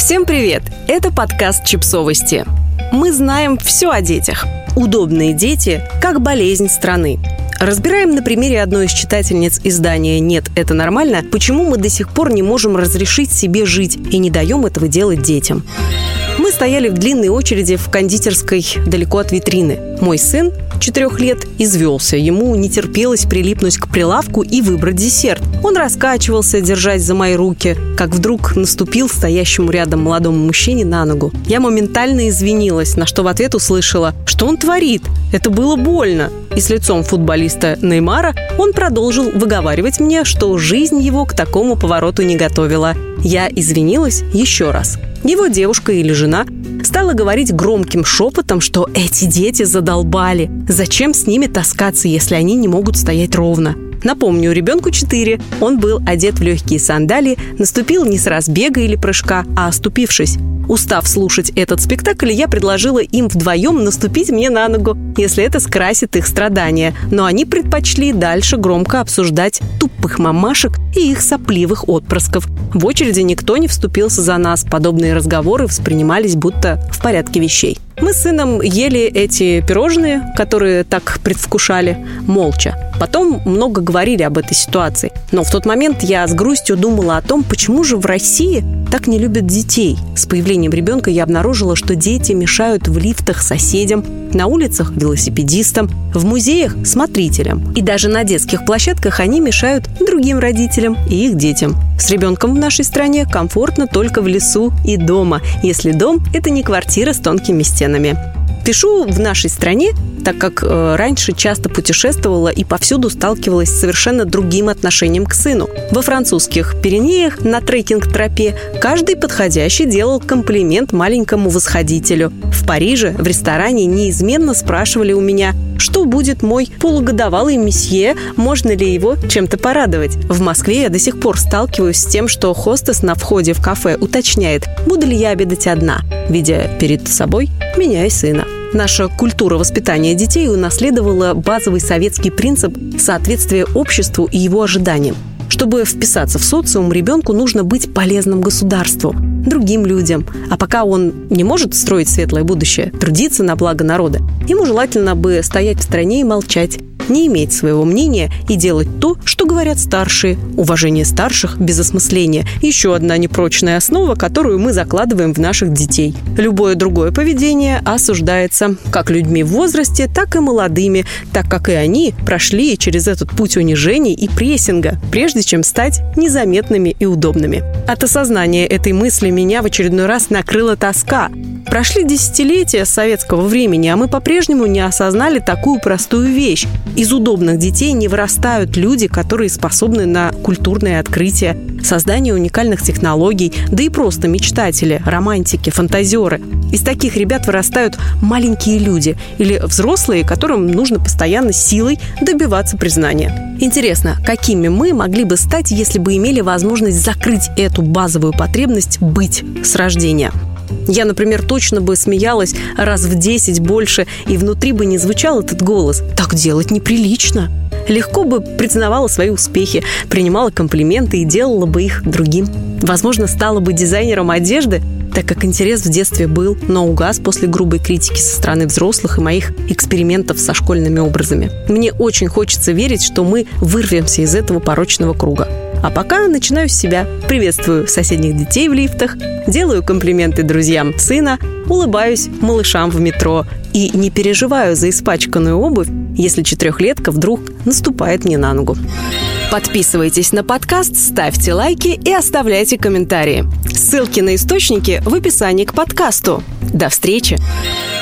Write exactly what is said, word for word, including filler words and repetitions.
Всем привет! Это подкаст «Чипсовости». Мы знаем все о детях. Удобные дети как болезнь страны. Разбираем на примере одной из читательниц издания «Нет, это нормально», почему мы до сих пор не можем разрешить себе жить и не даем этого делать детям. Мы стояли в длинной очереди в кондитерской далеко от витрины. Мой сын, четырех лет, извелся. Ему не терпелось прилипнуть к прилавку и выбрать десерт. Он раскачивался, держась за мои руки, как вдруг наступил стоящему рядом молодому мужчине на ногу. Я моментально извинилась, на что в ответ услышала: «Что он творит? Это было больно». И с лицом футболиста Неймара он продолжил выговаривать мне, что жизнь его к такому повороту не готовила. Я извинилась еще раз. Его девушка или жена стала говорить громким шепотом, что эти дети задолбали. Зачем с ними таскаться, если они не могут стоять ровно? Напомню, ребенку четыре. Он был одет в легкие сандалии, наступил не с разбега или прыжка, а оступившись. Устав слушать этот спектакль, я предложила им вдвоем наступить мне на ногу, если это скрасит их страдания. Но они предпочли дальше громко обсуждать тупых мамашек и их сопливых отпрысков. В очереди никто не вступился за нас. Подобные разговоры воспринимались будто в порядке вещей. Мы с сыном ели эти пирожные, которые так предвкушали, молча. Потом много говорили об этой ситуации. Но в тот момент я с грустью думала о том, почему же в России так не любят детей. С появлением ребенка я обнаружила, что дети мешают в лифтах соседям, на улицах велосипедистам, в музеях смотрителям. И даже на детских площадках они мешают другим родителям и их детям. С ребенком в нашей стране комфортно только в лесу и дома, если дом – это не квартира с тонкими стенами. Пишу в нашей стране, так как э, раньше часто путешествовала и повсюду сталкивалась с совершенно другим отношением к сыну. Во французских Пиренеях на трекинг-тропе каждый подходящий делал комплимент маленькому восходителю. В Париже в ресторане неизменно спрашивали у меня, что будет мой полугодовалый месье, можно ли его чем-то порадовать. В Москве я до сих пор сталкиваюсь с тем, что хостес на входе в кафе уточняет, буду ли я обедать одна, видя перед собой меня и сына. Наша культура воспитания детей унаследовала базовый советский принцип соответствия обществу и его ожиданиям. Чтобы вписаться в социум, ребенку нужно быть полезным государству, другим людям. А пока он не может строить светлое будущее, трудиться на благо народа, ему желательно бы стоять в стороне и молчать, не иметь своего мнения и делать то, что говорят старшие. Уважение старших без осмысления – еще одна непрочная основа, которую мы закладываем в наших детей. Любое другое поведение осуждается как людьми в возрасте, так и молодыми, так как и они прошли через этот путь унижений и прессинга, прежде чем стать незаметными и удобными. От осознания этой мысли меня в очередной раз накрыла тоска. Прошли десятилетия советского времени, а мы по-прежнему не осознали такую простую вещь. Из удобных детей не вырастают люди, которые способны на культурные открытия, создание уникальных технологий, да и просто мечтатели, романтики, фантазеры. Из таких ребят вырастают маленькие люди или взрослые, которым нужно постоянно силой добиваться признания. Интересно, какими мы могли бы стать, если бы имели возможность закрыть эту базовую потребность быть с рождения? Я, например, точно бы смеялась раз в десять больше, и внутри бы не звучал этот голос: «Так делать неприлично». Легко бы признавала свои успехи, принимала комплименты и делала бы их другим. Возможно, стала бы дизайнером одежды, так как интерес в детстве был, но угас после грубой критики со стороны взрослых и моих экспериментов со школьными образами. Мне очень хочется верить, что мы вырвемся из этого порочного круга. А пока начинаю с себя. Приветствую соседних детей в лифтах, делаю комплименты друзьям сына, улыбаюсь малышам в метро и не переживаю за испачканную обувь, если четырехлетка вдруг наступает мне на ногу. Подписывайтесь на подкаст, ставьте лайки и оставляйте комментарии. Ссылки на источники в описании к подкасту. До встречи!